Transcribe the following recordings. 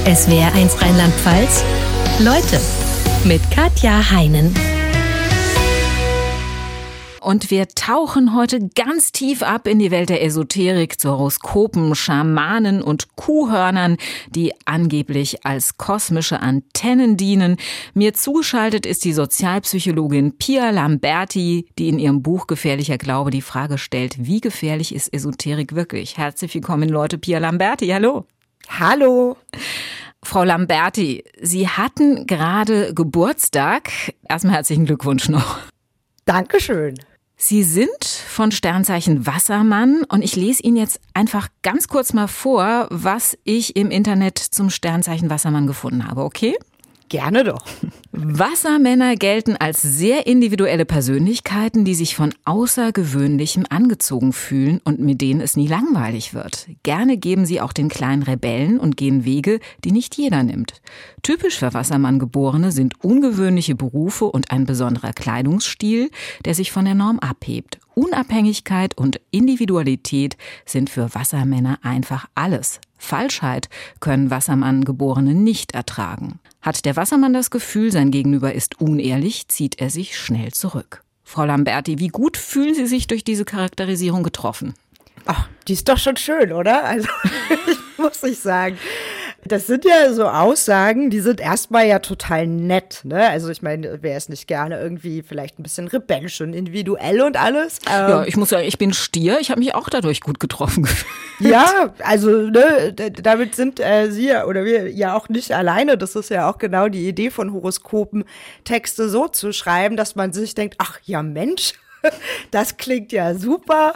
SWR1 Rheinland-Pfalz. Leute mit Katja Heinen. Und wir tauchen heute ganz tief ab in die Welt der Esoterik, zu Horoskopen, Schamanen und Kuhhörnern, die angeblich als kosmische Antennen dienen. Mir zugeschaltet ist die Sozialpsychologin Pia Lamberti, die in ihrem Buch Gefährlicher Glaube die Frage stellt, wie gefährlich ist Esoterik wirklich? Herzlich willkommen, Leute. Pia Lamberti, hallo. Hallo. Frau Lamberti, Sie hatten gerade Geburtstag. Erstmal herzlichen Glückwunsch noch. Dankeschön. Sie sind von Sternzeichen Wassermann und ich lese Ihnen jetzt einfach ganz kurz mal vor, was ich im Internet zum Sternzeichen Wassermann gefunden habe, okay? Gerne doch. Wassermänner gelten als sehr individuelle Persönlichkeiten, die sich von Außergewöhnlichem angezogen fühlen und mit denen es nie langweilig wird. Gerne geben sie auch den kleinen Rebellen und gehen Wege, die nicht jeder nimmt. Typisch für Wassermann-Geborene sind ungewöhnliche Berufe und ein besonderer Kleidungsstil, der sich von der Norm abhebt. Unabhängigkeit und Individualität sind für Wassermänner einfach alles. Falschheit können Wassermann-Geborene nicht ertragen. Hat der Wassermann das Gefühl, sein Gegenüber ist unehrlich, zieht er sich schnell zurück. Frau Lamberti, wie gut fühlen Sie sich durch diese Charakterisierung getroffen? Ach, die ist doch schon schön, oder? Also, muss ich sagen. Das sind ja so Aussagen, die sind erstmal ja total nett, ne? Also ich meine, wer ist nicht gerne irgendwie vielleicht ein bisschen rebellisch und individuell und alles? Ja, ich muss sagen, ich bin Stier, ich habe mich auch dadurch gut getroffen gefühlt. Ja, also ne, damit sind Sie oder wir ja auch nicht alleine. Das ist ja auch genau die Idee von Horoskopen, Texte so zu schreiben, dass man sich denkt, ach ja Mensch, das klingt ja super.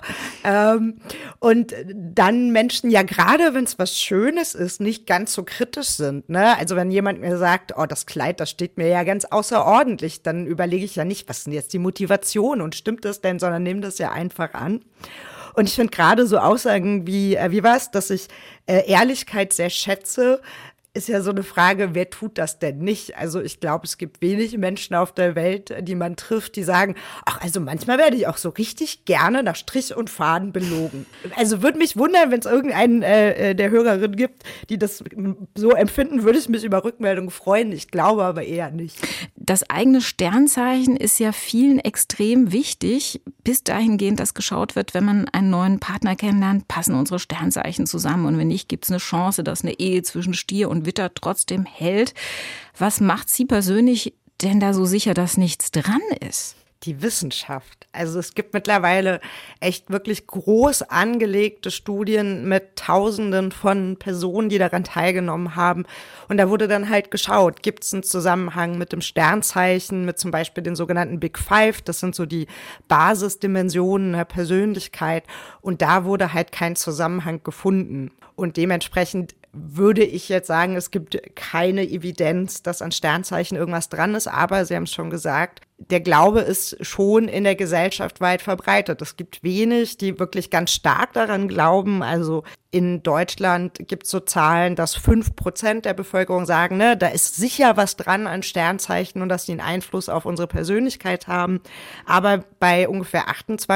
Und dann Menschen ja gerade, wenn es was Schönes ist, nicht ganz so kritisch sind. Ne? Also wenn jemand mir sagt, oh, das Kleid, das steht mir ja ganz außerordentlich, dann überlege ich ja nicht, was ist denn jetzt die Motivation und stimmt das denn, sondern nehme das ja einfach an. Und ich finde gerade so Aussagen wie war es, dass ich Ehrlichkeit sehr schätze, ist ja so eine Frage, wer tut das denn nicht? Also ich glaube, es gibt wenig Menschen auf der Welt, die man trifft, die sagen, ach, also manchmal werde ich auch so richtig gerne nach Strich und Faden belogen. Also würde mich wundern, wenn es irgendeinen der Hörerinnen gibt, die das so empfinden, würde ich mich über Rückmeldungen freuen. Ich glaube aber eher nicht. Das eigene Sternzeichen ist ja vielen extrem wichtig, bis dahingehend, dass geschaut wird, wenn man einen neuen Partner kennenlernt, passen unsere Sternzeichen zusammen und wenn nicht, gibt es eine Chance, dass eine Ehe zwischen Stier und Witter trotzdem hält. Was macht Sie persönlich denn da so sicher, dass nichts dran ist? Die Wissenschaft. Also es gibt mittlerweile echt wirklich groß angelegte Studien mit Tausenden von Personen, die daran teilgenommen haben. Und da wurde dann halt geschaut, gibt es einen Zusammenhang mit dem Sternzeichen, mit zum Beispiel den sogenannten Big Five. Das sind so die Basisdimensionen der Persönlichkeit. Und da wurde halt kein Zusammenhang gefunden. Und dementsprechend würde ich jetzt sagen, es gibt keine Evidenz, dass an Sternzeichen irgendwas dran ist. Aber Sie haben es schon gesagt, der Glaube ist schon in der Gesellschaft weit verbreitet. Es gibt wenig, die wirklich ganz stark daran glauben. Also in Deutschland gibt es so Zahlen, dass 5% der Bevölkerung sagen, ne, da ist sicher was dran an Sternzeichen und dass die einen Einfluss auf unsere Persönlichkeit haben. Aber bei ungefähr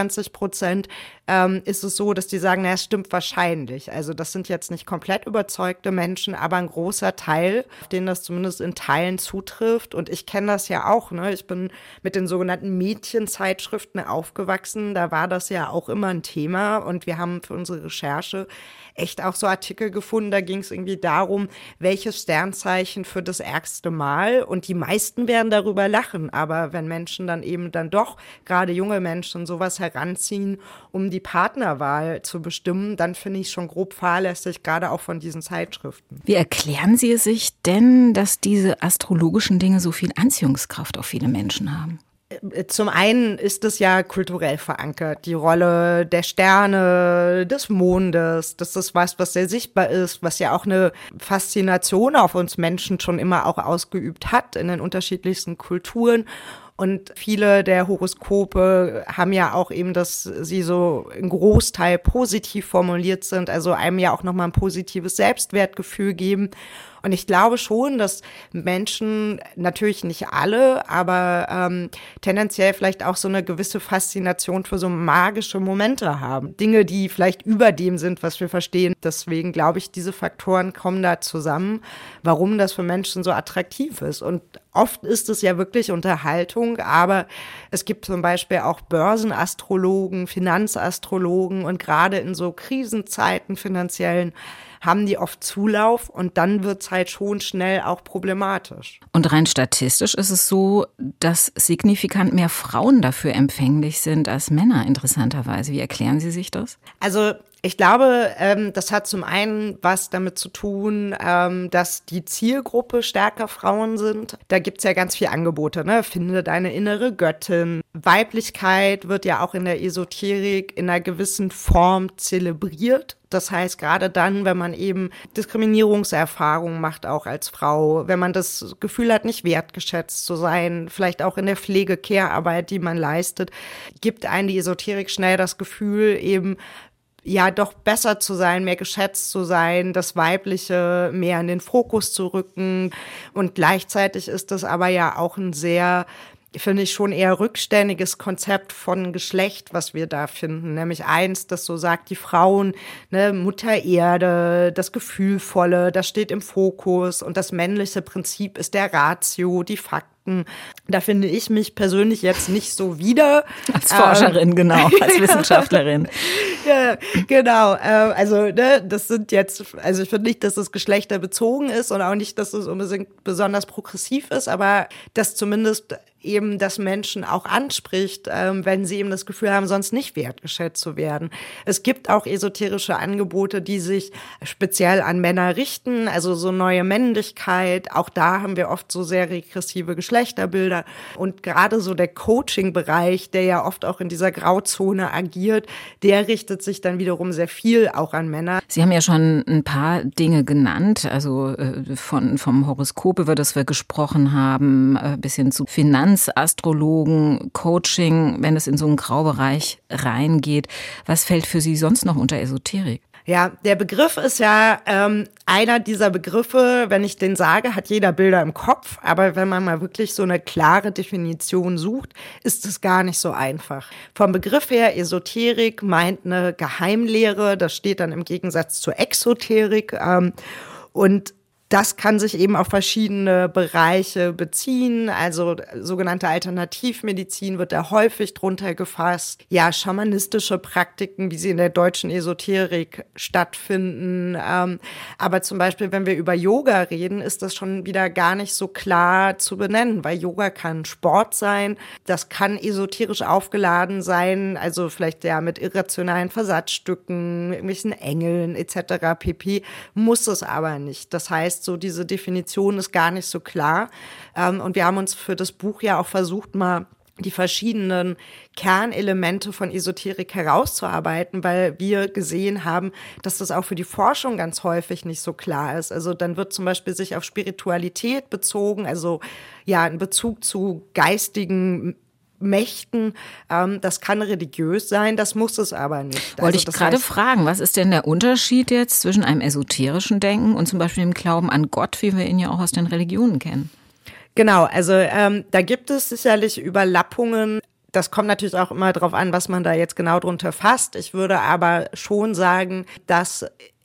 28% ist es so, dass die sagen, na, es stimmt wahrscheinlich. Also das sind jetzt nicht komplett überzeugte Menschen, aber ein großer Teil, auf den das zumindest in Teilen zutrifft. Und ich kenne das ja auch, ne? Ich bin mit den sogenannten Mädchenzeitschriften aufgewachsen. Da war das ja auch immer ein Thema. Und wir haben für unsere Recherche echt auch so Artikel gefunden, da ging es irgendwie darum, welches Sternzeichen für das ärgste Mal. Und die meisten werden darüber lachen. Aber wenn Menschen dann eben dann doch, gerade junge Menschen, sowas heranziehen, um die Partnerwahl zu bestimmen, dann finde ich schon grob fahrlässig, gerade auch von diesen Zeitschriften. Wie erklären Sie es sich denn, dass diese astrologischen Dinge so viel Anziehungskraft auf viele Menschen haben? Zum einen ist es ja kulturell verankert, die Rolle der Sterne, des Mondes, das ist was sehr sichtbar ist, was ja auch eine Faszination auf uns Menschen schon immer auch ausgeübt hat in den unterschiedlichsten Kulturen. Und viele der Horoskope haben ja auch eben, dass sie so im Großteil positiv formuliert sind, also einem ja auch nochmal ein positives Selbstwertgefühl geben. Und ich glaube schon, dass Menschen, natürlich nicht alle, aber tendenziell vielleicht auch so eine gewisse Faszination für so magische Momente haben. Dinge, die vielleicht über dem sind, was wir verstehen. Deswegen glaube ich, diese Faktoren kommen da zusammen, warum das für Menschen so attraktiv ist. Und oft ist es ja wirklich Unterhaltung, aber es gibt zum Beispiel auch Börsenastrologen, Finanzastrologen und gerade in so Krisenzeiten finanziellen haben die oft Zulauf und dann wird's halt schon schnell auch problematisch. Und rein statistisch ist es so, dass signifikant mehr Frauen dafür empfänglich sind als Männer, interessanterweise. Wie erklären Sie sich das? Also ich glaube, das hat zum einen was damit zu tun, dass die Zielgruppe stärker Frauen sind. Da gibt's ja ganz viele Angebote, ne? Finde deine innere Göttin. Weiblichkeit wird ja auch in der Esoterik in einer gewissen Form zelebriert. Das heißt, gerade dann, wenn man eben Diskriminierungserfahrungen macht, auch als Frau, wenn man das Gefühl hat, nicht wertgeschätzt zu sein, vielleicht auch in der Pflege-Care-Arbeit, die man leistet, gibt einem die Esoterik schnell das Gefühl, eben ja doch besser zu sein, mehr geschätzt zu sein, das Weibliche mehr in den Fokus zu rücken. Und gleichzeitig ist das aber ja auch ein sehr, finde ich, schon eher rückständiges Konzept von Geschlecht, was wir da finden. Nämlich eins, das so sagt, die Frauen, ne, Mutter Erde, das Gefühlvolle, das steht im Fokus. Und das männliche Prinzip ist der Ratio, die Fakten. Da finde ich mich persönlich jetzt nicht so wieder. Als Forscherin, genau, als Wissenschaftlerin. Ja, genau. Also, ne, das sind jetzt, also ich finde nicht, dass es geschlechterbezogen ist und auch nicht, dass es unbedingt besonders progressiv ist, aber dass zumindest eben das Menschen auch anspricht, wenn sie eben das Gefühl haben, sonst nicht wertgeschätzt zu werden. Es gibt auch esoterische Angebote, die sich speziell an Männer richten, also so neue Männlichkeit. Auch da haben wir oft so sehr regressive Geschlechterbilder. Und gerade so der Coaching-Bereich, der ja oft auch in dieser Grauzone agiert, der richtet sich dann wiederum sehr viel auch an Männer. Sie haben ja schon ein paar Dinge genannt, also vom Horoskop, über das wir gesprochen haben, bis hin zu Finanzastrologen, Coaching, wenn es in so einen Graubereich reingeht. Was fällt für Sie sonst noch unter Esoterik? Ja, der Begriff ist ja einer dieser Begriffe, wenn ich den sage, hat jeder Bilder im Kopf. Aber wenn man mal wirklich so eine klare Definition sucht, ist es gar nicht so einfach. Vom Begriff her, Esoterik meint eine Geheimlehre. Das steht dann im Gegensatz zur Exoterik. Und das kann sich eben auf verschiedene Bereiche beziehen, also sogenannte Alternativmedizin wird da häufig drunter gefasst. Ja, schamanistische Praktiken, wie sie in der deutschen Esoterik stattfinden. Aber zum Beispiel, wenn wir über Yoga reden, ist das schon wieder gar nicht so klar zu benennen, weil Yoga kann Sport sein, das kann esoterisch aufgeladen sein, also vielleicht ja mit irrationalen Versatzstücken, irgendwelchen Engeln etc. pp. Muss es aber nicht. Das heißt, so diese Definition ist gar nicht so klar. Und wir haben uns für das Buch ja auch versucht, mal die verschiedenen Kernelemente von Esoterik herauszuarbeiten, weil wir gesehen haben, dass das auch für die Forschung ganz häufig nicht so klar ist. Also dann wird zum Beispiel sich auf Spiritualität bezogen, also ja, in Bezug zu geistigen Mächten, das kann religiös sein, das muss es aber nicht. Wollte ich gerade fragen, was ist denn der Unterschied jetzt zwischen einem esoterischen Denken und zum Beispiel dem Glauben an Gott, wie wir ihn ja auch aus den Religionen kennen? Genau, also da gibt es sicherlich Überlappungen. Das kommt natürlich auch immer darauf an, was man da jetzt genau drunter fasst. Ich würde aber schon sagen, dass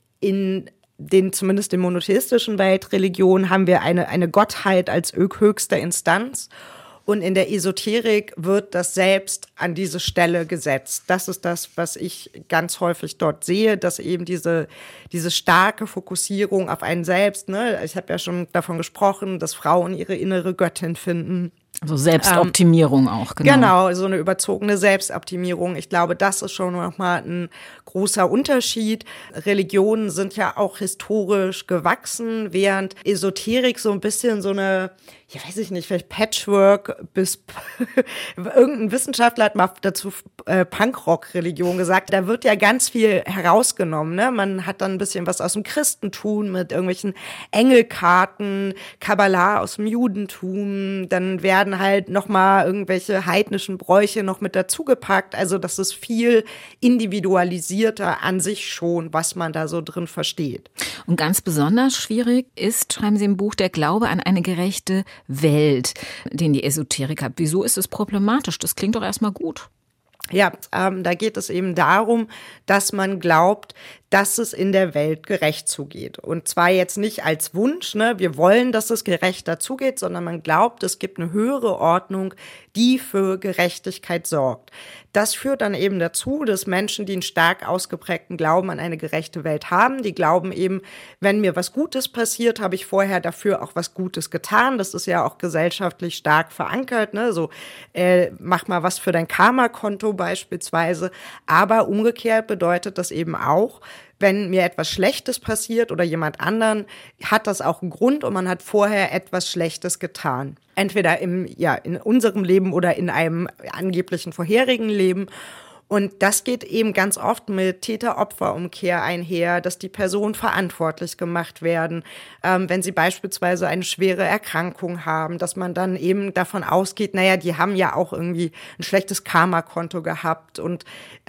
in zumindest in monotheistischen Weltreligionen haben wir eine Gottheit als höchste Instanz. Und in der Esoterik wird das Selbst an diese Stelle gesetzt. Das ist das, was ich ganz häufig dort sehe, dass eben diese starke Fokussierung auf einen Selbst, ne, ich habe ja schon davon gesprochen, dass Frauen ihre innere Göttin finden. Also Selbstoptimierung auch, genau. Genau, so eine überzogene Selbstoptimierung. Ich glaube, das ist schon nochmal ein großer Unterschied. Religionen sind ja auch historisch gewachsen, während Esoterik so ein bisschen so eine, ja weiß ich nicht, vielleicht Patchwork bis irgendein Wissenschaftler hat mal dazu Punkrock-Religion gesagt. Da wird ja ganz viel herausgenommen, ne? Man hat dann ein bisschen was aus dem Christentum mit irgendwelchen Engelkarten, Kabbalah aus dem Judentum, dann werden dann halt nochmal irgendwelche heidnischen Bräuche noch mit dazugepackt. Also das ist viel individualisierter an sich schon, was man da so drin versteht. Und ganz besonders schwierig ist, schreiben Sie im Buch, der Glaube an eine gerechte Welt, den die Esoterik hat. Wieso ist es problematisch? Das klingt doch erstmal gut. Ja, da geht es eben darum, dass man glaubt, dass es in der Welt gerecht zugeht. Und zwar jetzt nicht als Wunsch, ne, wir wollen, dass es gerechter zugeht, sondern man glaubt, es gibt eine höhere Ordnung, die für Gerechtigkeit sorgt. Das führt dann eben dazu, dass Menschen, die einen stark ausgeprägten Glauben an eine gerechte Welt haben, die glauben eben, wenn mir was Gutes passiert, habe ich vorher dafür auch was Gutes getan. Das ist ja auch gesellschaftlich stark verankert, ne, so mach mal was für dein Karma-Konto beispielsweise. Aber umgekehrt bedeutet das eben auch, wenn mir etwas Schlechtes passiert oder jemand anderen, hat das auch einen Grund und man hat vorher etwas Schlechtes getan. Entweder in unserem Leben oder in einem angeblichen vorherigen Leben. Und das geht eben ganz oft mit Täter-Opfer-Umkehr einher, dass die Personen verantwortlich gemacht werden, wenn sie beispielsweise eine schwere Erkrankung haben, dass man dann eben davon ausgeht, naja, die haben ja auch irgendwie ein schlechtes Karma-Konto gehabt. Und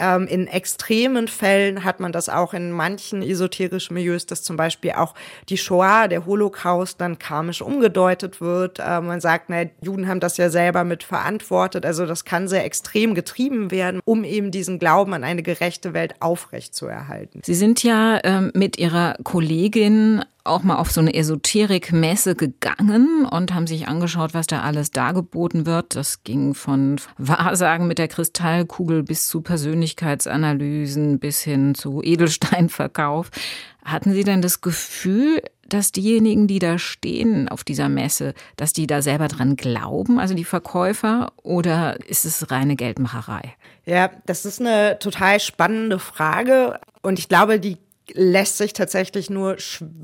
in extremen Fällen hat man das auch in manchen esoterischen Milieus, dass zum Beispiel auch die Shoah, der Holocaust, dann karmisch umgedeutet wird. Man sagt, naja, Juden haben das ja selber mit verantwortet. Also das kann sehr extrem getrieben werden, um eben diesen Glauben an eine gerechte Welt aufrechtzuerhalten. Sie sind ja mit Ihrer Kollegin auch mal auf so eine Esoterik-Messe gegangen und haben sich angeschaut, was da alles dargeboten wird. Das ging von Wahrsagen mit der Kristallkugel bis zu Persönlichkeitsanalysen bis hin zu Edelsteinverkauf. Hatten Sie denn das Gefühl, dass diejenigen, die da stehen auf dieser Messe, dass die da selber dran glauben, also die Verkäufer, oder ist es reine Geldmacherei? Ja, das ist eine total spannende Frage und ich glaube, die lässt sich tatsächlich nur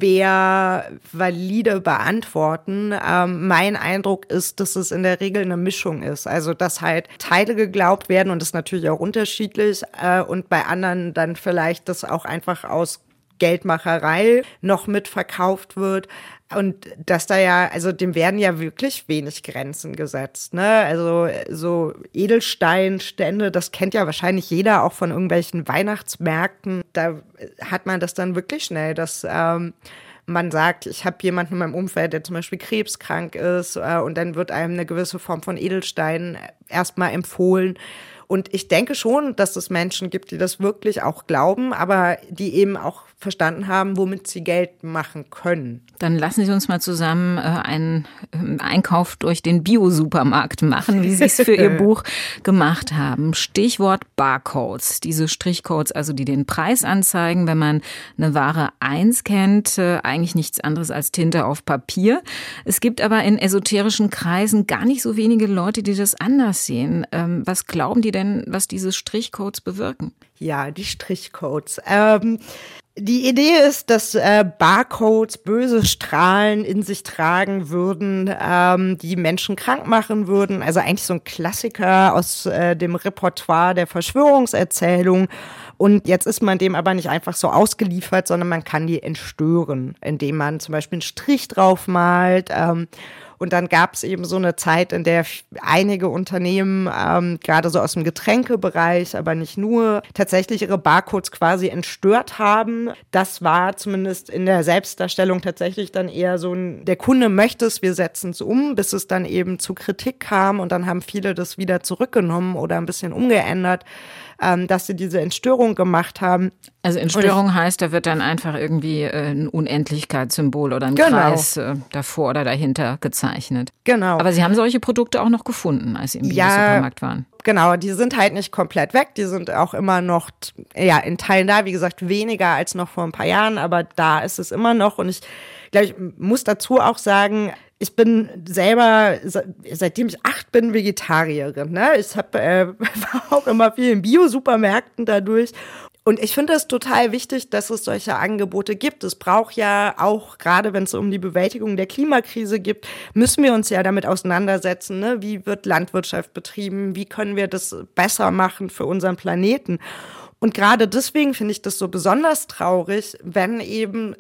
schwer valide beantworten. Mein Eindruck ist, dass es in der Regel eine Mischung ist. Also, dass halt Teile geglaubt werden und das ist natürlich auch unterschiedlich und bei anderen dann vielleicht das auch einfach aus Geldmacherei noch mitverkauft wird. Und dass da ja, also dem werden ja wirklich wenig Grenzen gesetzt, ne? Also so Edelsteinstände, das kennt ja wahrscheinlich jeder auch von irgendwelchen Weihnachtsmärkten. Da hat man das dann wirklich schnell, dass man sagt, ich habe jemanden in meinem Umfeld, der zum Beispiel krebskrank ist und dann wird einem eine gewisse Form von Edelstein erstmal empfohlen. Und ich denke schon, dass es Menschen gibt, die das wirklich auch glauben, aber die eben auch verstanden haben, womit sie Geld machen können. Dann lassen Sie uns mal zusammen einen Einkauf durch den Bio-Supermarkt machen, wie Sie es für Ihr Buch gemacht haben. Stichwort Barcodes, diese Strichcodes, also die den Preis anzeigen, wenn man eine Ware einscannt, eigentlich nichts anderes als Tinte auf Papier. Es gibt aber in esoterischen Kreisen gar nicht so wenige Leute, die das anders sehen. Was glauben die denn, was diese Strichcodes bewirken? Ja, die Strichcodes. Die Idee ist, dass Barcodes böse Strahlen in sich tragen würden, die Menschen krank machen würden. Also eigentlich so ein Klassiker aus dem Repertoire der Verschwörungserzählung. Und jetzt ist man dem aber nicht einfach so ausgeliefert, sondern man kann die entstören, indem man zum Beispiel einen Strich drauf malt. Und dann gab es eben so eine Zeit, in der einige Unternehmen, gerade so aus dem Getränkebereich, aber nicht nur, tatsächlich ihre Barcodes quasi entstört haben. Das war zumindest in der Selbstdarstellung tatsächlich dann eher so der Kunde möchte es, wir setzen es um, bis es dann eben zu Kritik kam und dann haben viele das wieder zurückgenommen oder ein bisschen umgeändert, dass sie diese Entstörung gemacht haben. Also Entstörung heißt, da wird dann einfach irgendwie ein Unendlichkeitssymbol oder ein Kreis davor oder dahinter gezeichnet. Genau. Aber Sie haben solche Produkte auch noch gefunden, als Sie im Supermarkt waren. Genau, die sind halt nicht komplett weg, die sind auch immer noch, ja, in Teilen da, wie gesagt, weniger als noch vor ein paar Jahren, aber da ist es immer noch und ich glaube, ich muss dazu auch sagen, ich bin selber, seitdem ich 8 bin, Vegetarierin, ne? Ich war auch immer viel in Bio-Supermärkten dadurch. Und ich finde es total wichtig, dass es solche Angebote gibt. Es braucht ja auch, gerade wenn es um die Bewältigung der Klimakrise geht, müssen wir uns ja damit auseinandersetzen, ne? Wie wird Landwirtschaft betrieben? Wie können wir das besser machen für unseren Planeten? Und gerade deswegen finde ich das so besonders traurig, wenn eben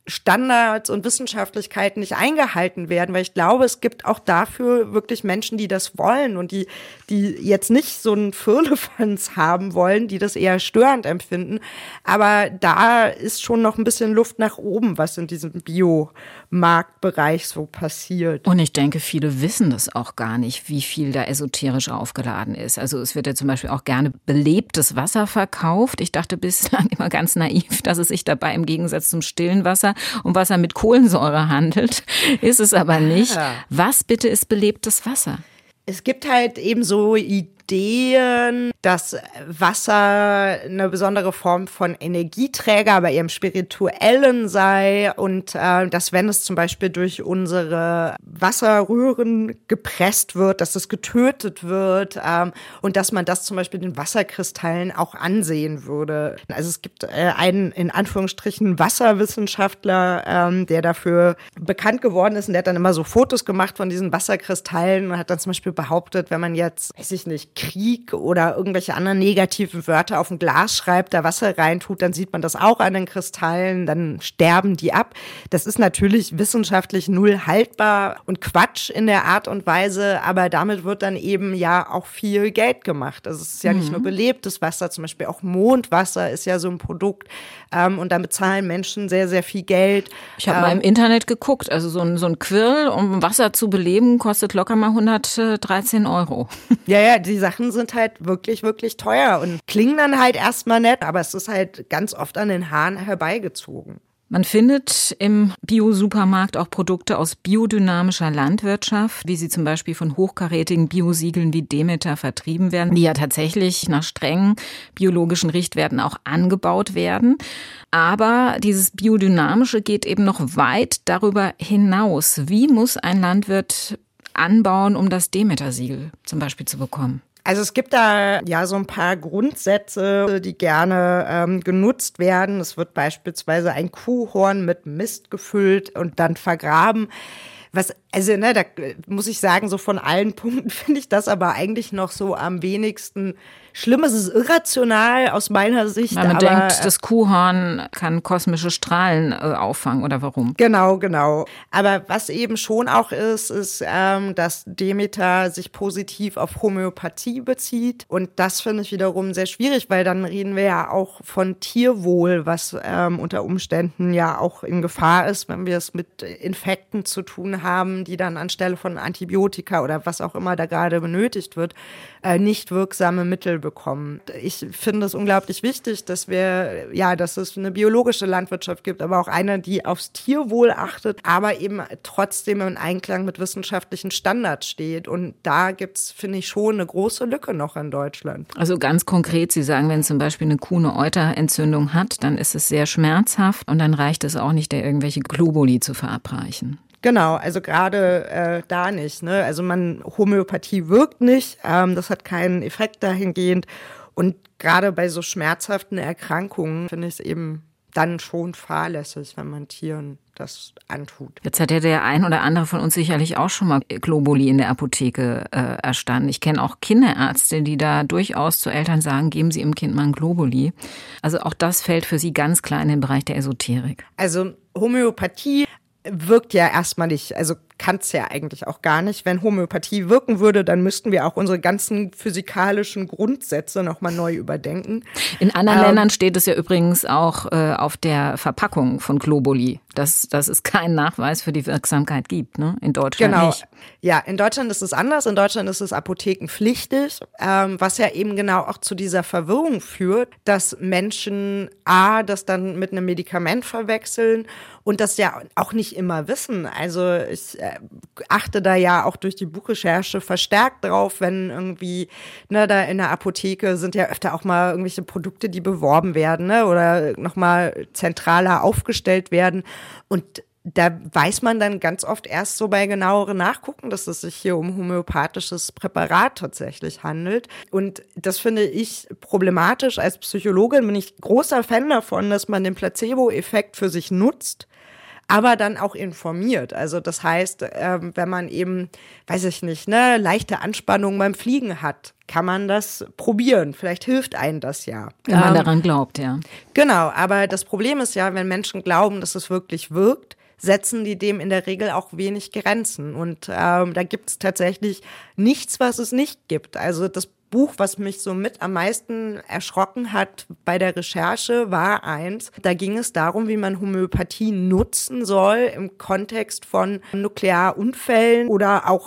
Standards und Wissenschaftlichkeiten nicht eingehalten werden, weil ich glaube, es gibt auch dafür wirklich Menschen, die das wollen und die jetzt nicht so einen Firlefanz haben wollen, die das eher störend empfinden. Aber da ist schon noch ein bisschen Luft nach oben, was in diesem Biomarktbereich so passiert. Und ich denke, viele wissen das auch gar nicht, wie viel da esoterisch aufgeladen ist. Also es wird ja zum Beispiel auch gerne belebtes Wasser verkauft. Ich dachte bislang immer ganz naiv, dass es sich dabei im Gegensatz zum stillen Wasser um Wasser mit Kohlensäure handelt. Ist es aber nicht. Was bitte ist belebtes Wasser? Es gibt halt eben so Ideen, dass Wasser eine besondere Form von Energieträger, aber eher im Spirituellen sei und dass wenn es zum Beispiel durch unsere Wasserröhren gepresst wird, dass es getötet wird und dass man das zum Beispiel den Wasserkristallen auch ansehen würde. Also es gibt einen in Anführungsstrichen Wasserwissenschaftler, der dafür bekannt geworden ist und der hat dann immer so Fotos gemacht von diesen Wasserkristallen und hat dann zum Beispiel behauptet, wenn man jetzt, weiß ich nicht, Krieg oder irgendwelche anderen negativen Wörter auf ein Glas schreibt, da Wasser reintut, dann sieht man das auch an den Kristallen, dann sterben die ab. Das ist natürlich wissenschaftlich null haltbar und Quatsch in der Art und Weise, aber damit wird dann eben ja auch viel Geld gemacht. Also es ist ja nicht nur belebtes Wasser, zum Beispiel auch Mondwasser ist ja so ein Produkt und da bezahlen Menschen sehr, sehr viel Geld. Ich habe mal im Internet geguckt, also so ein Quirl, um Wasser zu beleben, kostet locker mal 113 €. Ja, die Sachen sind halt wirklich, wirklich teuer und klingen dann halt erstmal nett, aber es ist halt ganz oft an den Haaren herbeigezogen. Man findet im Bio-Supermarkt auch Produkte aus biodynamischer Landwirtschaft, wie sie zum Beispiel von hochkarätigen Biosiegeln wie Demeter vertrieben werden, die ja tatsächlich nach strengen biologischen Richtwerten auch angebaut werden. Aber dieses Biodynamische geht eben noch weit darüber hinaus. Wie muss ein Landwirt anbauen, um das Demeter-Siegel zum Beispiel zu bekommen? Also es gibt da ja so ein paar Grundsätze, die gerne genutzt werden. Es wird beispielsweise ein Kuhhorn mit Mist gefüllt und dann vergraben. Da muss ich sagen, so von allen Punkten finde ich das aber eigentlich noch so am wenigsten schlimm. Es ist irrational aus meiner Sicht. Weil man denkt, das Kuhhorn kann kosmische Strahlen auffangen oder warum? Genau. Aber was eben schon auch ist, dass Demeter sich positiv auf Homöopathie bezieht. Und das finde ich wiederum sehr schwierig, weil dann reden wir ja auch von Tierwohl, was unter Umständen ja auch in Gefahr ist, wenn wir es mit Infekten zu tun haben, die dann anstelle von Antibiotika oder was auch immer da gerade benötigt wird, nicht wirksame Mittel bekommen. Ich finde es unglaublich wichtig, dass es eine biologische Landwirtschaft gibt, aber auch eine, die aufs Tierwohl achtet, aber eben trotzdem in Einklang mit wissenschaftlichen Standards steht. Und da gibt's, finde ich, schon eine große Lücke noch in Deutschland. Also ganz konkret, Sie sagen, wenn zum Beispiel eine Kuh eine Euterentzündung hat, dann ist es sehr schmerzhaft und dann reicht es auch nicht, der irgendwelche Globuli zu verabreichen. Genau, also gerade da nicht. Ne? Also Homöopathie wirkt nicht, das hat keinen Effekt dahingehend. Und gerade bei so schmerzhaften Erkrankungen finde ich es eben dann schon fahrlässig, wenn man Tieren das antut. Jetzt hat ja der ein oder andere von uns sicherlich auch schon mal Globuli in der Apotheke erstanden. Ich kenne auch Kinderärzte, die da durchaus zu Eltern sagen, geben Sie Ihrem Kind mal ein Globuli. Also auch das fällt für Sie ganz klar in den Bereich der Esoterik. Also Homöopathie wirkt ja erstmal nicht, also kann es ja eigentlich auch gar nicht. Wenn Homöopathie wirken würde, dann müssten wir auch unsere ganzen physikalischen Grundsätze nochmal neu überdenken. In anderen Ländern steht es ja übrigens auch auf der Verpackung von Globuli, dass es keinen Nachweis für die Wirksamkeit gibt, ne? In Deutschland nicht. Ja, in Deutschland ist es anders. In Deutschland ist es apothekenpflichtig, was ja eben genau auch zu dieser Verwirrung führt, dass Menschen das dann mit einem Medikament verwechseln und das ja auch nicht immer wissen. Also ich achte da ja auch durch die Buchrecherche verstärkt drauf, wenn irgendwie, da in der Apotheke sind ja öfter auch mal irgendwelche Produkte, die beworben werden, oder nochmal zentraler aufgestellt werden. Und da weiß man dann ganz oft erst so bei genauerem Nachgucken, dass es sich hier um homöopathisches Präparat tatsächlich handelt. Und das finde ich problematisch. Als Psychologin bin ich großer Fan davon, dass man den Placebo-Effekt für sich nutzt. aber dann auch informiert. Also das heißt, wenn man eben, weiß ich nicht, ne, leichte Anspannung beim Fliegen hat, kann man das probieren. Vielleicht hilft einem das ja. Wenn man daran glaubt, ja. Genau, aber das Problem ist ja, wenn Menschen glauben, dass es wirklich wirkt, setzen die dem in der Regel auch wenig Grenzen. Und da gibt es tatsächlich nichts, was es nicht gibt. Also das Buch, was mich so mit am meisten erschrocken hat bei der Recherche, war eins. Da ging es darum, wie man Homöopathie nutzen soll im Kontext von Nuklearunfällen oder auch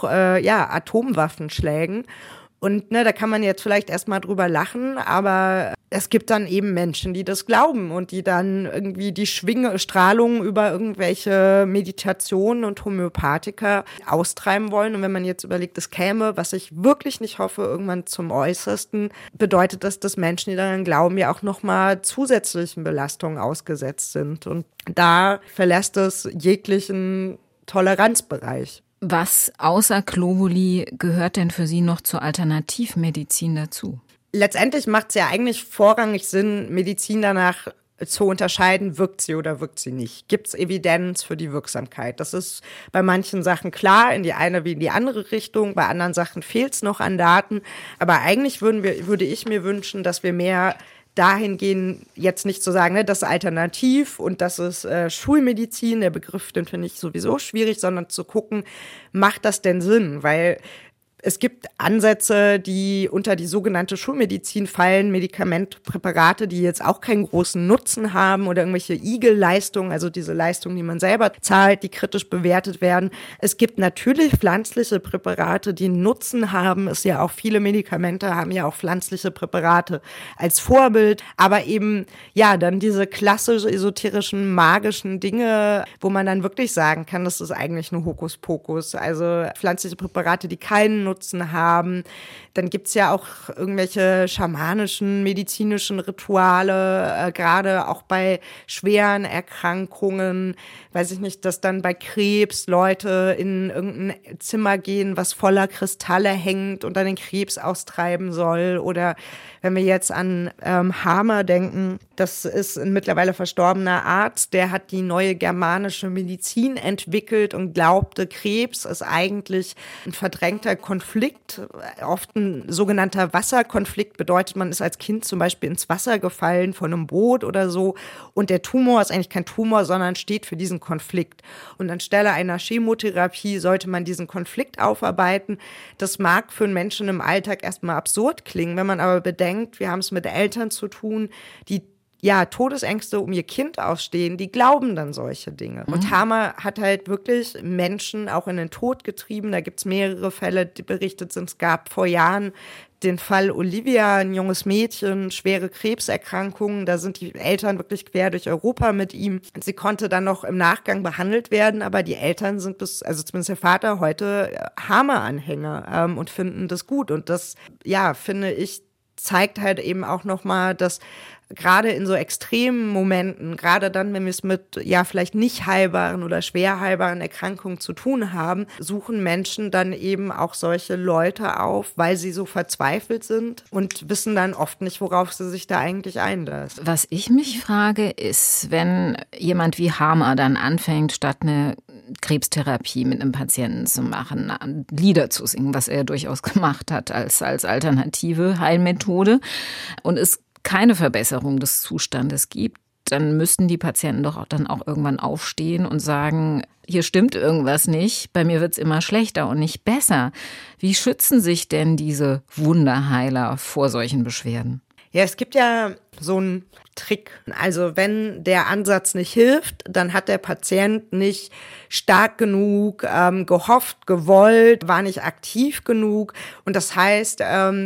Atomwaffenschlägen. Und da kann man jetzt vielleicht erstmal drüber lachen, aber es gibt dann eben Menschen, die das glauben und die dann irgendwie die Strahlung über irgendwelche Meditationen und Homöopathika austreiben wollen. Und wenn man jetzt überlegt, es käme, was ich wirklich nicht hoffe, irgendwann zum Äußersten, bedeutet das, dass Menschen, die daran glauben, ja auch nochmal zusätzlichen Belastungen ausgesetzt sind. Und da verlässt es jeglichen Toleranzbereich. Was außer Globuli gehört denn für Sie noch zur Alternativmedizin dazu? Letztendlich macht es ja eigentlich vorrangig Sinn, Medizin danach zu unterscheiden, wirkt sie oder wirkt sie nicht. Gibt es Evidenz für die Wirksamkeit? Das ist bei manchen Sachen klar, in die eine wie in die andere Richtung. Bei anderen Sachen fehlt es noch an Daten. Aber eigentlich würde ich mir wünschen, dass wir mehr dahin gehen, jetzt nicht zu sagen, ne, das ist alternativ und das ist Schulmedizin, der Begriff, den finde ich sowieso schwierig, sondern zu gucken, macht das denn Sinn? Weil es gibt Ansätze, die unter die sogenannte Schulmedizin fallen, Medikamentpräparate, die jetzt auch keinen großen Nutzen haben oder irgendwelche Igel-Leistungen, also diese Leistungen, die man selber zahlt, die kritisch bewertet werden. Es gibt natürlich pflanzliche Präparate, die einen Nutzen haben. Es ja auch viele Medikamente haben ja auch pflanzliche Präparate als Vorbild, aber eben ja dann diese klassisch esoterischen, magischen Dinge, wo man dann wirklich sagen kann, das ist eigentlich nur Hokuspokus. Also pflanzliche Präparate, die keinen Nutzen haben. Dann gibt's ja auch irgendwelche schamanischen, medizinischen Rituale, gerade auch bei schweren Erkrankungen. Weiß ich nicht, dass dann bei Krebs Leute in irgendein Zimmer gehen, was voller Kristalle hängt und dann den Krebs austreiben soll. Oder wenn wir jetzt an Hamer denken, das ist ein mittlerweile verstorbener Arzt, der hat die neue germanische Medizin entwickelt und glaubte, Krebs ist eigentlich ein verdrängter Konflikt, oft ein sogenannter Wasserkonflikt, bedeutet, man ist als Kind zum Beispiel ins Wasser gefallen von einem Boot oder so und der Tumor ist eigentlich kein Tumor, sondern steht für diesen Konflikt. Und anstelle einer Chemotherapie sollte man diesen Konflikt aufarbeiten. Das mag für einen Menschen im Alltag erstmal absurd klingen, wenn man aber bedenkt, wir haben es mit Eltern zu tun, die Todesängste um ihr Kind ausstehen, die glauben dann solche Dinge. Und Hamer hat halt wirklich Menschen auch in den Tod getrieben. Da gibt's mehrere Fälle, die berichtet sind. Es gab vor Jahren den Fall Olivia, ein junges Mädchen, schwere Krebserkrankungen. Da sind die Eltern wirklich quer durch Europa mit ihm. Sie konnte dann noch im Nachgang behandelt werden, aber die Eltern sind also zumindest der Vater, heute Hamer-Anhänger und finden das gut. Und das, finde ich, zeigt halt eben auch nochmal, dass gerade in so extremen Momenten, gerade dann, wenn wir es mit vielleicht nicht heilbaren oder schwer heilbaren Erkrankungen zu tun haben, suchen Menschen dann eben auch solche Leute auf, weil sie so verzweifelt sind und wissen dann oft nicht, worauf sie sich da eigentlich einlassen. Was ich mich frage, ist, wenn jemand wie Hamer dann anfängt, statt eine Krebstherapie mit einem Patienten zu machen, Lieder zu singen, was er durchaus gemacht hat als alternative Heilmethode, und es keine Verbesserung des Zustandes gibt, dann müssten die Patienten doch dann auch irgendwann aufstehen und sagen, hier stimmt irgendwas nicht, bei mir wird's immer schlechter und nicht besser. Wie schützen sich denn diese Wunderheiler vor solchen Beschwerden? Ja, es gibt ja so einen Trick. Also wenn der Ansatz nicht hilft, dann hat der Patient nicht stark genug gehofft, gewollt, war nicht aktiv genug. Und das heißt,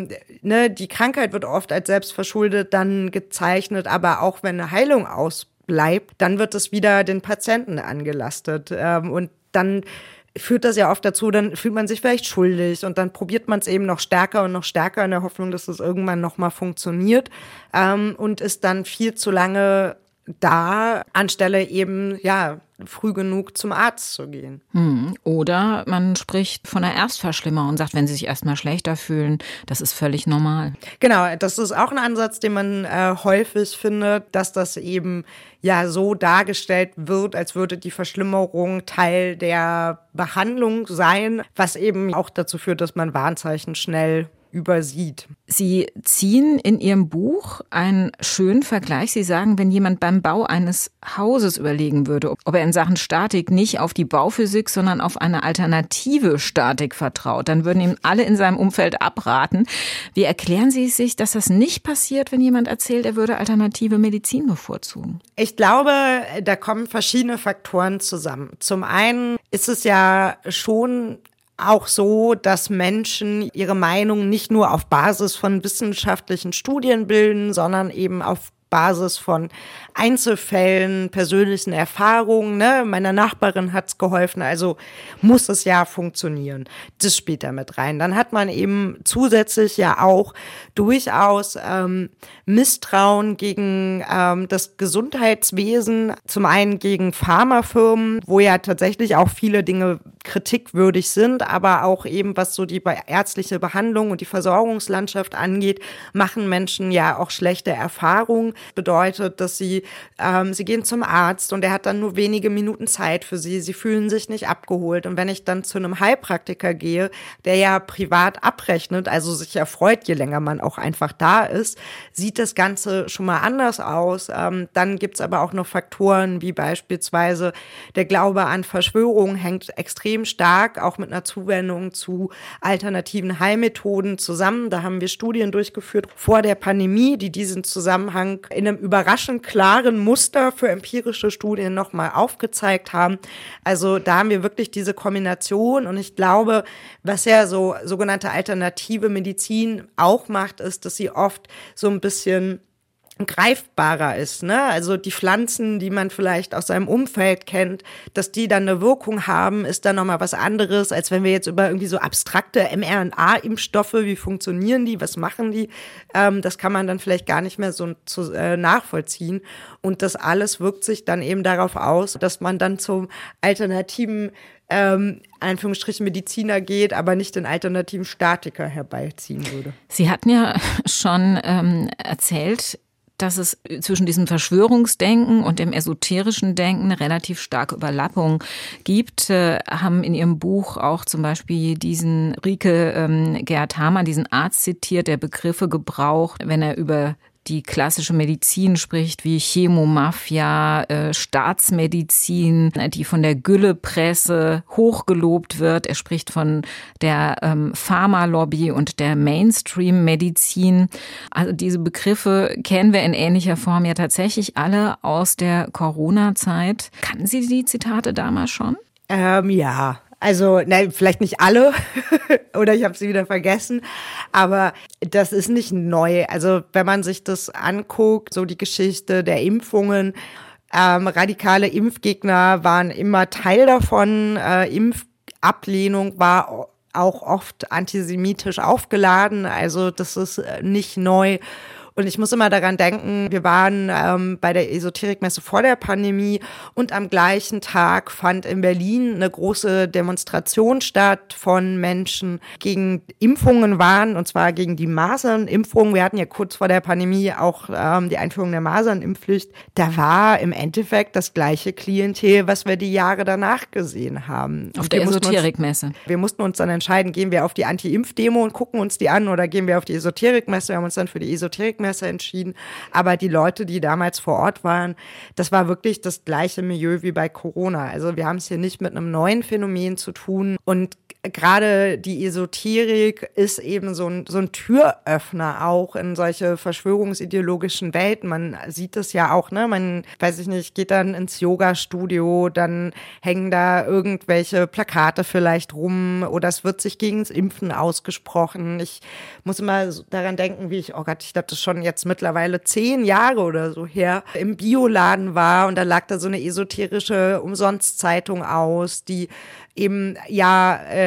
die Krankheit wird oft als selbstverschuldet dann gezeichnet, aber auch wenn eine Heilung ausbleibt, dann wird es wieder den Patienten angelastet. Und dann führt das ja oft dazu, dann fühlt man sich vielleicht schuldig und dann probiert man es eben noch stärker in der Hoffnung, dass es irgendwann nochmal funktioniert und ist dann viel zu lange da anstelle eben, früh genug zum Arzt zu gehen. Oder man spricht von einer Erstverschlimmerung und sagt, wenn sie sich erstmal schlechter fühlen, das ist völlig normal. Genau, das ist auch ein Ansatz, den man häufig findet, dass das eben so dargestellt wird, als würde die Verschlimmerung Teil der Behandlung sein, was eben auch dazu führt, dass man Warnzeichen schnell übersieht. Sie ziehen in Ihrem Buch einen schönen Vergleich. Sie sagen, wenn jemand beim Bau eines Hauses überlegen würde, ob er in Sachen Statik nicht auf die Bauphysik, sondern auf eine alternative Statik vertraut, dann würden ihm alle in seinem Umfeld abraten. Wie erklären Sie sich, dass das nicht passiert, wenn jemand erzählt, er würde alternative Medizin bevorzugen? Ich glaube, da kommen verschiedene Faktoren zusammen. Zum einen ist es ja schon auch so, dass Menschen ihre Meinung nicht nur auf Basis von wissenschaftlichen Studien bilden, sondern eben auf Basis von Einzelfällen, persönlichen Erfahrungen. Meiner Nachbarin hat's geholfen, also muss es ja funktionieren. Das spielt da mit rein. Dann hat man eben zusätzlich ja auch durchaus Misstrauen gegen das Gesundheitswesen, zum einen gegen Pharmafirmen, wo ja tatsächlich auch viele Dinge kritikwürdig sind, aber auch eben, was so die ärztliche Behandlung und die Versorgungslandschaft angeht, machen Menschen ja auch schlechte Erfahrungen. Bedeutet, dass sie gehen zum Arzt und er hat dann nur wenige Minuten Zeit für sie. Sie fühlen sich nicht abgeholt. Und wenn ich dann zu einem Heilpraktiker gehe, der ja privat abrechnet, also sich ja freut, je länger man auch einfach da ist, sieht das Ganze schon mal anders aus. Dann gibt's aber auch noch Faktoren wie beispielsweise der Glaube an Verschwörungen hängt extrem stark auch mit einer Zuwendung zu alternativen Heilmethoden zusammen. Da haben wir Studien durchgeführt vor der Pandemie, die diesen Zusammenhang in einem überraschend klaren Muster für empirische Studien nochmal aufgezeigt haben. Also da haben wir wirklich diese Kombination und ich glaube, was ja so sogenannte alternative Medizin auch macht, ist, dass sie oft so ein bisschen greifbarer ist, Also die Pflanzen, die man vielleicht aus seinem Umfeld kennt, dass die dann eine Wirkung haben, ist dann nochmal was anderes, als wenn wir jetzt über irgendwie so abstrakte mRNA-Impfstoffe, wie funktionieren die, was machen die, das kann man dann vielleicht gar nicht mehr so nachvollziehen. Und das alles wirkt sich dann eben darauf aus, dass man dann zum alternativen Anführungsstrichen Mediziner geht, aber nicht den alternativen Statiker herbeiziehen würde. Sie hatten ja schon erzählt, dass es zwischen diesem Verschwörungsdenken und dem esoterischen Denken eine relativ starke Überlappung gibt, haben in Ihrem Buch auch zum Beispiel diesen Rike Gerhard Hamann, diesen Arzt zitiert, der Begriffe gebraucht, wenn er über die klassische Medizin spricht, wie Chemomafia, Staatsmedizin, die von der Güllepresse hochgelobt wird. Er spricht von der Pharmalobby und der Mainstream-Medizin. Also diese Begriffe kennen wir in ähnlicher Form ja tatsächlich alle aus der Corona-Zeit. Kannten Sie die Zitate damals schon? Ja. Also, vielleicht nicht alle oder ich habe sie wieder vergessen, aber das ist nicht neu. Also, wenn man sich das anguckt, so die Geschichte der Impfungen, radikale Impfgegner waren immer Teil davon. Impfablehnung war auch oft antisemitisch aufgeladen, also das ist nicht neu. Und ich muss immer daran denken, wir waren bei der Esoterikmesse vor der Pandemie und am gleichen Tag fand in Berlin eine große Demonstration statt von Menschen, gegen Impfungen waren, und zwar gegen die Masernimpfung. Wir hatten ja kurz vor der Pandemie auch die Einführung der Masernimpfpflicht. Da war im Endeffekt das gleiche Klientel, was wir die Jahre danach gesehen haben. Auf der Esoterikmesse. Wir mussten uns dann entscheiden, gehen wir auf die Anti-Impf-Demo und gucken uns die an oder gehen wir auf die Esoterikmesse. Wir haben uns dann für die Esoterikmesse entschieden. Aber die Leute, die damals vor Ort waren, das war wirklich das gleiche Milieu wie bei Corona. Also wir haben es hier nicht mit einem neuen Phänomen zu tun. Und gerade die Esoterik ist eben so ein Türöffner auch in solche verschwörungsideologischen Welten. Man sieht es ja auch, man, weiß ich nicht, geht dann ins Yoga-Studio, dann hängen da irgendwelche Plakate vielleicht rum oder es wird sich gegen das Impfen ausgesprochen. Ich muss immer daran denken, ich glaube, das ist schon jetzt mittlerweile 10 Jahre oder so her, im Bioladen war und da lag da so eine esoterische Umsonstzeitung aus, die eben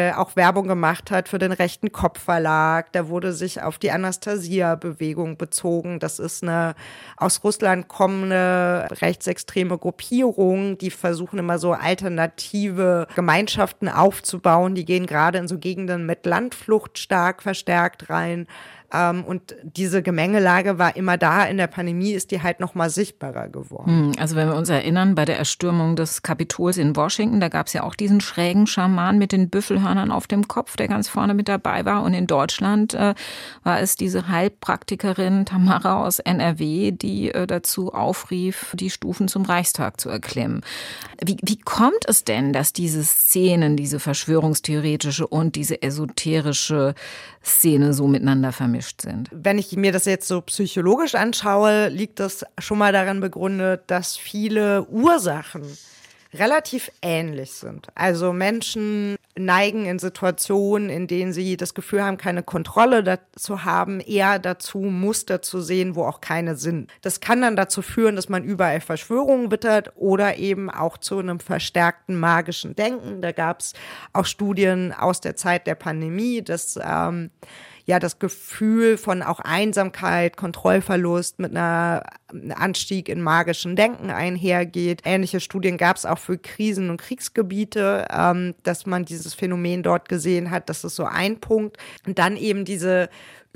auch Werbung gemacht hat für den Rechten Kopfverlag. Da wurde sich auf die Anastasia-Bewegung bezogen. Das ist eine aus Russland kommende rechtsextreme Gruppierung, die versuchen immer so alternative Gemeinschaften aufzubauen. Die gehen gerade in so Gegenden mit Landflucht stark verstärkt rein. Und diese Gemengelage war immer da. In der Pandemie ist die halt noch mal sichtbarer geworden. Also wenn wir uns erinnern, bei der Erstürmung des Kapitols in Washington, da gab es ja auch diesen schrägen Schaman mit den Büffelhörnern auf dem Kopf, der ganz vorne mit dabei war. Und in Deutschland war es diese Heilpraktikerin Tamara aus NRW, die dazu aufrief, die Stufen zum Reichstag zu erklimmen. Wie kommt es denn, dass diese Szenen, diese verschwörungstheoretische und diese esoterische Szene so miteinander vermischt sind? Wenn ich mir das jetzt so psychologisch anschaue, liegt das schon mal daran begründet, dass viele Ursachen relativ ähnlich sind. Also Menschen neigen in Situationen, in denen sie das Gefühl haben, keine Kontrolle dazu haben, eher dazu, Muster zu sehen, wo auch keine sind. Das kann dann dazu führen, dass man überall Verschwörungen wittert oder eben auch zu einem verstärkten magischen Denken. Da gab es auch Studien aus der Zeit der Pandemie, dass das Gefühl von auch Einsamkeit, Kontrollverlust mit einem Anstieg in magischen Denken einhergeht. Ähnliche Studien gab es auch für Krisen- und Kriegsgebiete, dass man dieses Phänomen dort gesehen hat. Das ist so ein Punkt. Und dann eben diese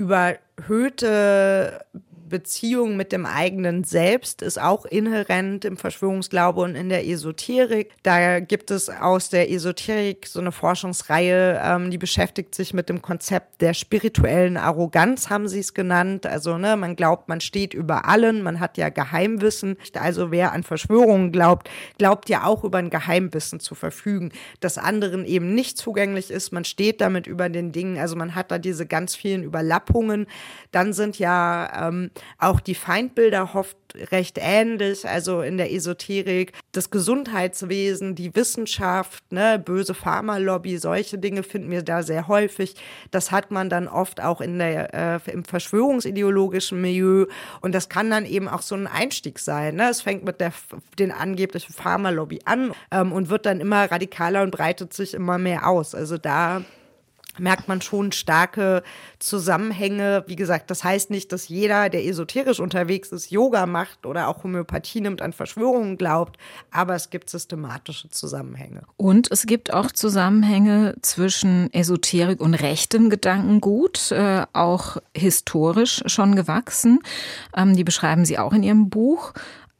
überhöhte Beziehung mit dem eigenen Selbst ist auch inhärent im Verschwörungsglaube und in der Esoterik. Da gibt es aus der Esoterik so eine Forschungsreihe, die beschäftigt sich mit dem Konzept der spirituellen Arroganz, haben sie es genannt. Also man glaubt, man steht über allen, man hat ja Geheimwissen. Also wer an Verschwörungen glaubt, glaubt ja auch über ein Geheimwissen zu verfügen, das anderen eben nicht zugänglich ist. Man steht damit über den Dingen, also man hat da diese ganz vielen Überlappungen. Dann sind ja auch die Feindbilder oft recht ähnlich, also in der Esoterik, das Gesundheitswesen, die Wissenschaft, böse Pharmalobby, solche Dinge finden wir da sehr häufig. Das hat man dann oft auch im verschwörungsideologischen Milieu und das kann dann eben auch so ein Einstieg sein. Es fängt mit den angeblichen Pharmalobby an und wird dann immer radikaler und breitet sich immer mehr aus. Also da merkt man schon starke Zusammenhänge. Wie gesagt, das heißt nicht, dass jeder, der esoterisch unterwegs ist, Yoga macht oder auch Homöopathie nimmt, an Verschwörungen glaubt, aber es gibt systematische Zusammenhänge. Und es gibt auch Zusammenhänge zwischen Esoterik und rechtem Gedankengut, auch historisch schon gewachsen. Die beschreiben Sie auch in Ihrem Buch.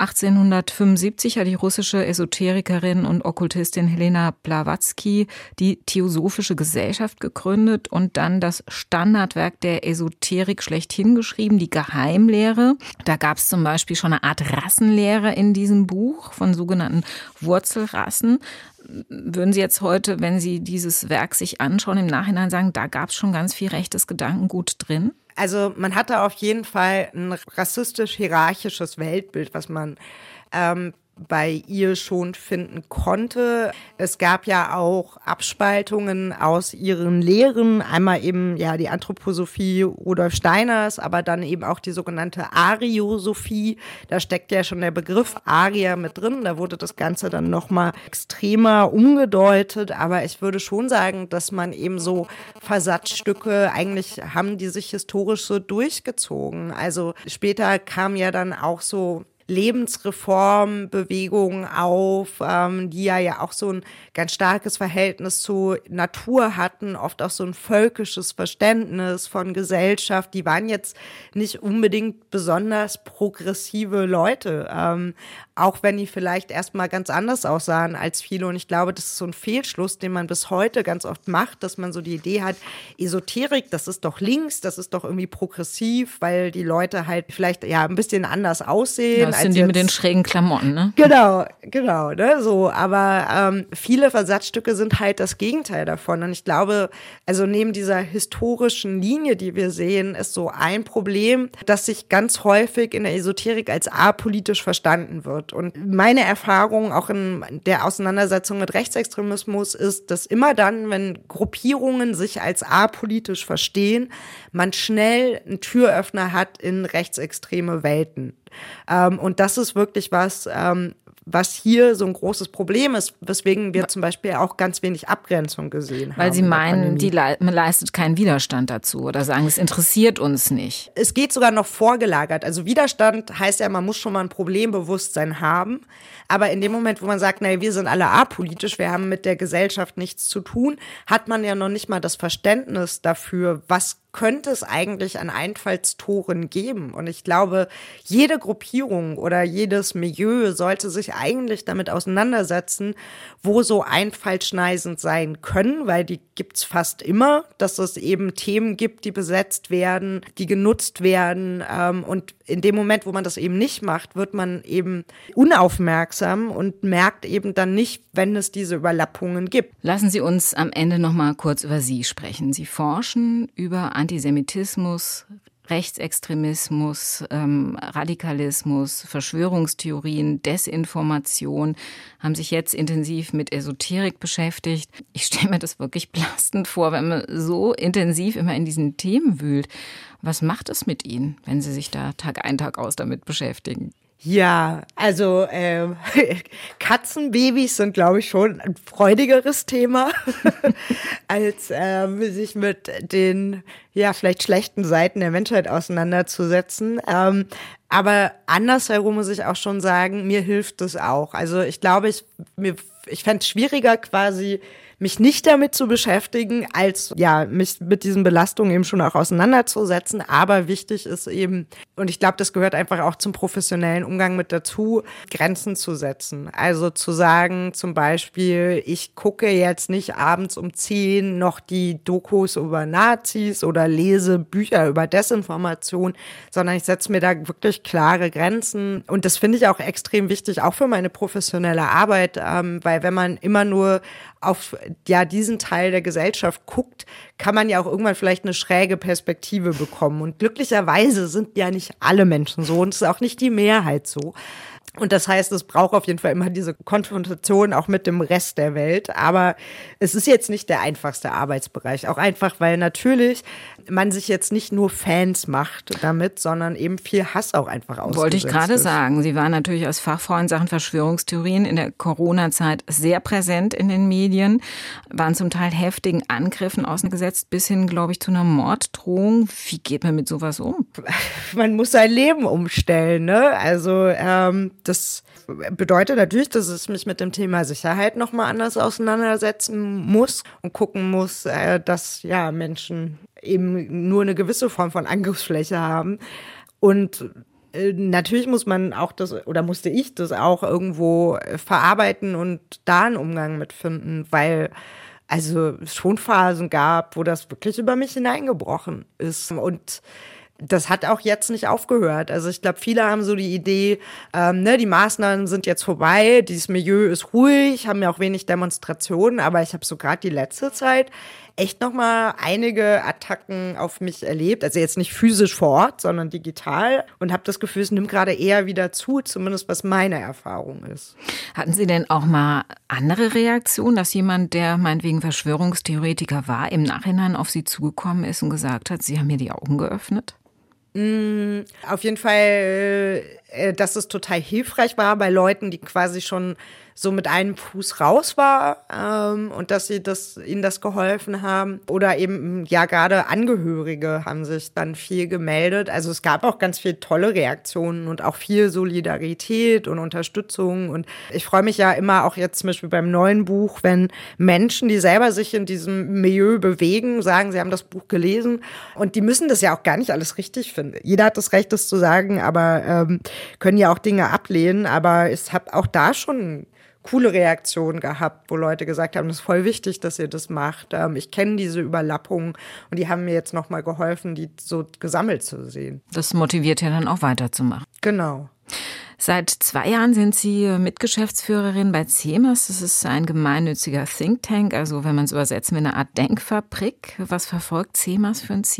1875 hat die russische Esoterikerin und Okkultistin Helena Blavatsky die Theosophische Gesellschaft gegründet und dann das Standardwerk der Esoterik schlechthin geschrieben, die Geheimlehre. Da gab es zum Beispiel schon eine Art Rassenlehre in diesem Buch von sogenannten Wurzelrassen. Würden Sie jetzt heute, wenn Sie dieses Werk sich anschauen, im Nachhinein sagen, da gab es schon ganz viel rechtes Gedankengut drin? Also man hatte auf jeden Fall ein rassistisch-hierarchisches Weltbild, was man bei ihr schon finden konnte. Es gab ja auch Abspaltungen aus ihren Lehren, einmal eben die Anthroposophie Rudolf Steiners, aber dann eben auch die sogenannte Ariosophie. Da steckt ja schon der Begriff Arier mit drin, da wurde das Ganze dann nochmal extremer umgedeutet, aber ich würde schon sagen, dass man eben so Versatzstücke, eigentlich haben die sich historisch so durchgezogen. Also später kam ja dann auch so Lebensreformbewegungen auf, die ja auch so ein ganz starkes Verhältnis zu Natur hatten, oft auch so ein völkisches Verständnis von Gesellschaft. Die waren jetzt nicht unbedingt besonders progressive Leute, auch wenn die vielleicht erstmal ganz anders aussahen als viele. Und ich glaube, das ist so ein Fehlschluss, den man bis heute ganz oft macht, dass man so die Idee hat, Esoterik, das ist doch links, das ist doch irgendwie progressiv, weil die Leute halt vielleicht ein bisschen anders aussehen. Das sind die mit den schrägen Klamotten, ne? Genau, ne, so. Aber viele Versatzstücke sind halt das Gegenteil davon. Und ich glaube, also neben dieser historischen Linie, die wir sehen, ist so ein Problem, dass sich ganz häufig in der Esoterik als apolitisch verstanden wird. Und meine Erfahrung auch in der Auseinandersetzung mit Rechtsextremismus ist, dass immer dann, wenn Gruppierungen sich als apolitisch verstehen, man schnell einen Türöffner hat in rechtsextreme Welten. Und das ist wirklich was was hier so ein großes Problem ist, weswegen wir zum Beispiel auch ganz wenig Abgrenzung gesehen haben. Weil Sie meinen, man leistet keinen Widerstand dazu oder sagen, es interessiert uns nicht. Es geht sogar noch vorgelagert. Also Widerstand heißt ja, man muss schon mal ein Problembewusstsein haben. Aber in dem Moment, wo man sagt, naja, wir sind alle apolitisch, wir haben mit der Gesellschaft nichts zu tun, hat man ja noch nicht mal das Verständnis dafür, was könnte es eigentlich an Einfallstoren geben? Und ich glaube, jede Gruppierung oder jedes Milieu sollte sich eigentlich damit auseinandersetzen, wo so Einfallschneisen sein können, weil die gibt's fast immer, dass es eben Themen gibt, die besetzt werden, die genutzt werden. Und in dem Moment, wo man das eben nicht macht, wird man eben unaufmerksam und merkt eben dann nicht, wenn es diese Überlappungen gibt. Lassen Sie uns am Ende noch mal kurz über Sie sprechen. Sie forschen über Antisemitismus, Rechtsextremismus, Radikalismus, Verschwörungstheorien, Desinformation, haben sich jetzt intensiv mit Esoterik beschäftigt. Ich stelle mir das wirklich belastend vor, wenn man so intensiv immer in diesen Themen wühlt. Was macht es mit Ihnen, wenn Sie sich da Tag ein, Tag aus damit beschäftigen? Ja, also Katzenbabys sind, glaube ich, schon ein freudigeres Thema, als sich mit den vielleicht schlechten Seiten der Menschheit auseinanderzusetzen. Aber andersherum muss ich auch schon sagen, mir hilft es auch. Also ich glaube, ich fände es schwieriger quasi, mich nicht damit zu beschäftigen, als mich mit diesen Belastungen eben schon auch auseinanderzusetzen. Aber wichtig ist eben, und ich glaube, das gehört einfach auch zum professionellen Umgang mit dazu, Grenzen zu setzen. Also zu sagen, zum Beispiel, ich gucke jetzt nicht abends um 10 noch die Dokus über Nazis oder lese Bücher über Desinformation, sondern ich setze mir da wirklich klare Grenzen. Und das finde ich auch extrem wichtig, auch für meine professionelle Arbeit, weil wenn man immer nur auf diesen Teil der Gesellschaft guckt, kann man ja auch irgendwann vielleicht eine schräge Perspektive bekommen. Und glücklicherweise sind ja nicht alle Menschen so und es ist auch nicht die Mehrheit so. Und das heißt, es braucht auf jeden Fall immer diese Konfrontation auch mit dem Rest der Welt. Aber es ist jetzt nicht der einfachste Arbeitsbereich. Auch einfach, weil natürlich man sich jetzt nicht nur Fans macht damit, sondern eben viel Hass auch einfach ausgesetzt ist. Wollte ich gerade sagen. Sie waren natürlich als Fachfrau in Sachen Verschwörungstheorien in der Corona-Zeit sehr präsent in den Medien, waren zum Teil heftigen Angriffen ausgesetzt, bis hin, glaube ich, zu einer Morddrohung. Wie geht man mit sowas um? Man muss sein Leben umstellen, ne? Also das bedeutet natürlich, dass ich mich mit dem Thema Sicherheit nochmal anders auseinandersetzen muss und gucken muss, dass Menschen eben nur eine gewisse Form von Angriffsfläche haben. Und natürlich muss man auch musste ich das auch irgendwo verarbeiten und da einen Umgang mit finden, weil es schon Phasen gab, wo das wirklich über mich hineingebrochen ist. Und das hat auch jetzt nicht aufgehört. Also ich glaube, viele haben so die Idee, die Maßnahmen sind jetzt vorbei, dieses Milieu ist ruhig, haben ja auch wenig Demonstrationen, aber ich habe so gerade die letzte Zeit echt nochmal einige Attacken auf mich erlebt. Also jetzt nicht physisch vor Ort, sondern digital und habe das Gefühl, es nimmt gerade eher wieder zu, zumindest was meine Erfahrung ist. Hatten Sie denn auch mal andere Reaktionen, dass jemand, der meinetwegen Verschwörungstheoretiker war, im Nachhinein auf Sie zugekommen ist und gesagt hat, Sie haben mir die Augen geöffnet? Auf jeden Fall, dass es total hilfreich war bei Leuten, die quasi schon so mit einem Fuß raus war und dass ihnen das geholfen haben. Oder eben, gerade Angehörige haben sich dann viel gemeldet. Also es gab auch ganz viele tolle Reaktionen und auch viel Solidarität und Unterstützung. Und ich freue mich ja immer auch jetzt zum Beispiel beim neuen Buch, wenn Menschen, die selber sich in diesem Milieu bewegen, sagen, sie haben das Buch gelesen. Und die müssen das ja auch gar nicht alles richtig finden. Jeder hat das Recht, das zu sagen, aber können ja auch Dinge ablehnen. Aber ich habe auch da schon coole Reaktionen gehabt, wo Leute gesagt haben, das ist voll wichtig, dass ihr das macht. Ich kenne diese Überlappungen und die haben mir jetzt nochmal geholfen, die so gesammelt zu sehen. Das motiviert ja dann auch weiterzumachen. Genau. Seit 2 Jahren sind Sie Mitgeschäftsführerin bei CEMAS. Das ist ein gemeinnütziger Think Tank, also wenn man es übersetzen will, eine Art Denkfabrik. Was verfolgt CEMAS für ein Ziel?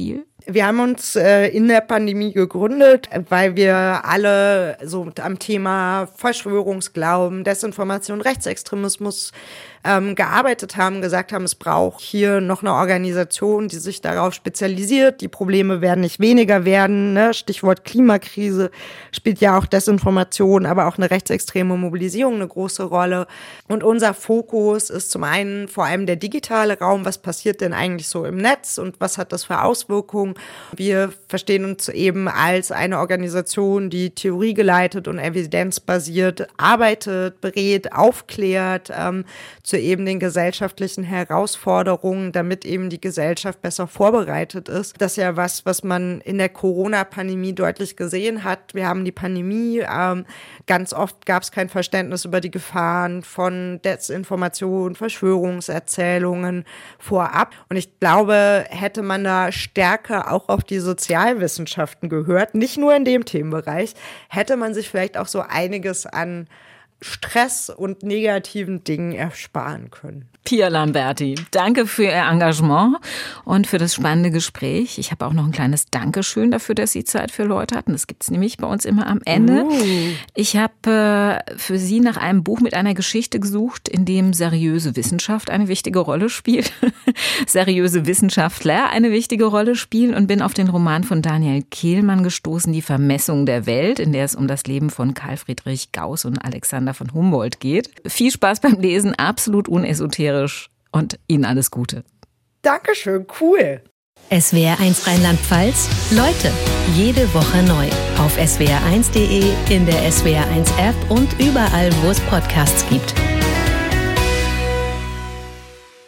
Wir haben uns in der Pandemie gegründet, weil wir alle so am Thema Verschwörungsglauben, Desinformation, Rechtsextremismus gearbeitet haben, gesagt haben, es braucht hier noch eine Organisation, die sich darauf spezialisiert. Die Probleme werden nicht weniger werden. Ne? Stichwort Klimakrise spielt ja auch Desinformation, aber auch eine rechtsextreme Mobilisierung eine große Rolle. Und unser Fokus ist zum einen vor allem der digitale Raum. Was passiert denn eigentlich so im Netz und was hat das für Auswirkungen? Wir verstehen uns eben als eine Organisation, die theoriegeleitet und evidenzbasiert arbeitet, berät, aufklärt, zu eben den gesellschaftlichen Herausforderungen, damit eben die Gesellschaft besser vorbereitet ist. Das ist ja was man in der Corona-Pandemie deutlich gesehen hat. Wir haben die Pandemie, ganz oft gab es kein Verständnis über die Gefahren von Desinformation, Verschwörungserzählungen vorab. Und ich glaube, hätte man da stärker auch auf die Sozialwissenschaften gehört, nicht nur in dem Themenbereich, hätte man sich vielleicht auch so einiges an Stress und negativen Dingen ersparen können. Pia Lamberti, danke für Ihr Engagement und für das spannende Gespräch. Ich habe auch noch ein kleines Dankeschön dafür, dass Sie Zeit für Leute hatten. Das gibt es nämlich bei uns immer am Ende. Ich habe für Sie nach einem Buch mit einer Geschichte gesucht, in dem seriöse Wissenschaft eine wichtige Rolle spielt, seriöse Wissenschaftler eine wichtige Rolle spielen und bin auf den Roman von Daniel Kehlmann gestoßen, Die Vermessung der Welt, in der es um das Leben von Karl Friedrich Gauß und Alexander von Humboldt geht. Viel Spaß beim Lesen, absolut unesoterisch. Und Ihnen alles Gute. Dankeschön, cool. SWR1 Rheinland-Pfalz, Leute, jede Woche neu. Auf swr1.de, in der SWR1 App und überall, wo es Podcasts gibt.